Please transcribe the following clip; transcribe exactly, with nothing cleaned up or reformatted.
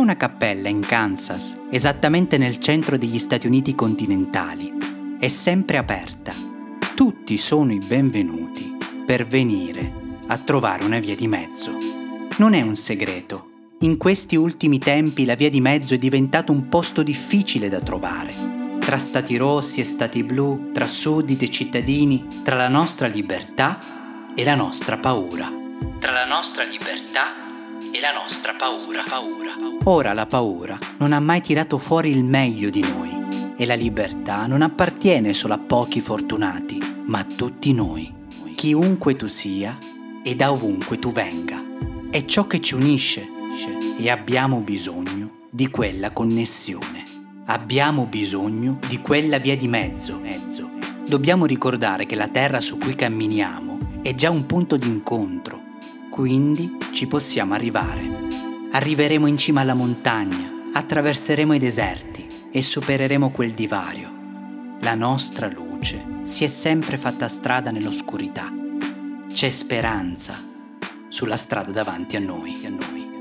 una cappella in Kansas, esattamente nel centro degli Stati Uniti continentali. È sempre aperta. Tutti sono i benvenuti per venire a trovare una via di mezzo. Non è un segreto. In questi ultimi tempi la via di mezzo è diventato un posto difficile da trovare. Tra stati rossi e stati blu, tra sudditi e cittadini, tra la nostra libertà e la nostra paura. Tra la nostra libertà e la nostra paura. paura. Ora la paura non ha mai tirato fuori il meglio di noi e la libertà non appartiene solo a pochi fortunati, ma a tutti noi, chiunque tu sia e da ovunque tu venga. È ciò che ci unisce e abbiamo bisogno di quella connessione. Abbiamo bisogno di quella via di mezzo. mezzo. Dobbiamo ricordare che la terra su cui camminiamo è già un punto d'incontro, quindi ci possiamo arrivare. Arriveremo in cima alla montagna, attraverseremo i deserti e supereremo quel divario. La nostra luce si è sempre fatta strada nell'oscurità. C'è speranza sulla strada davanti a noi. A noi.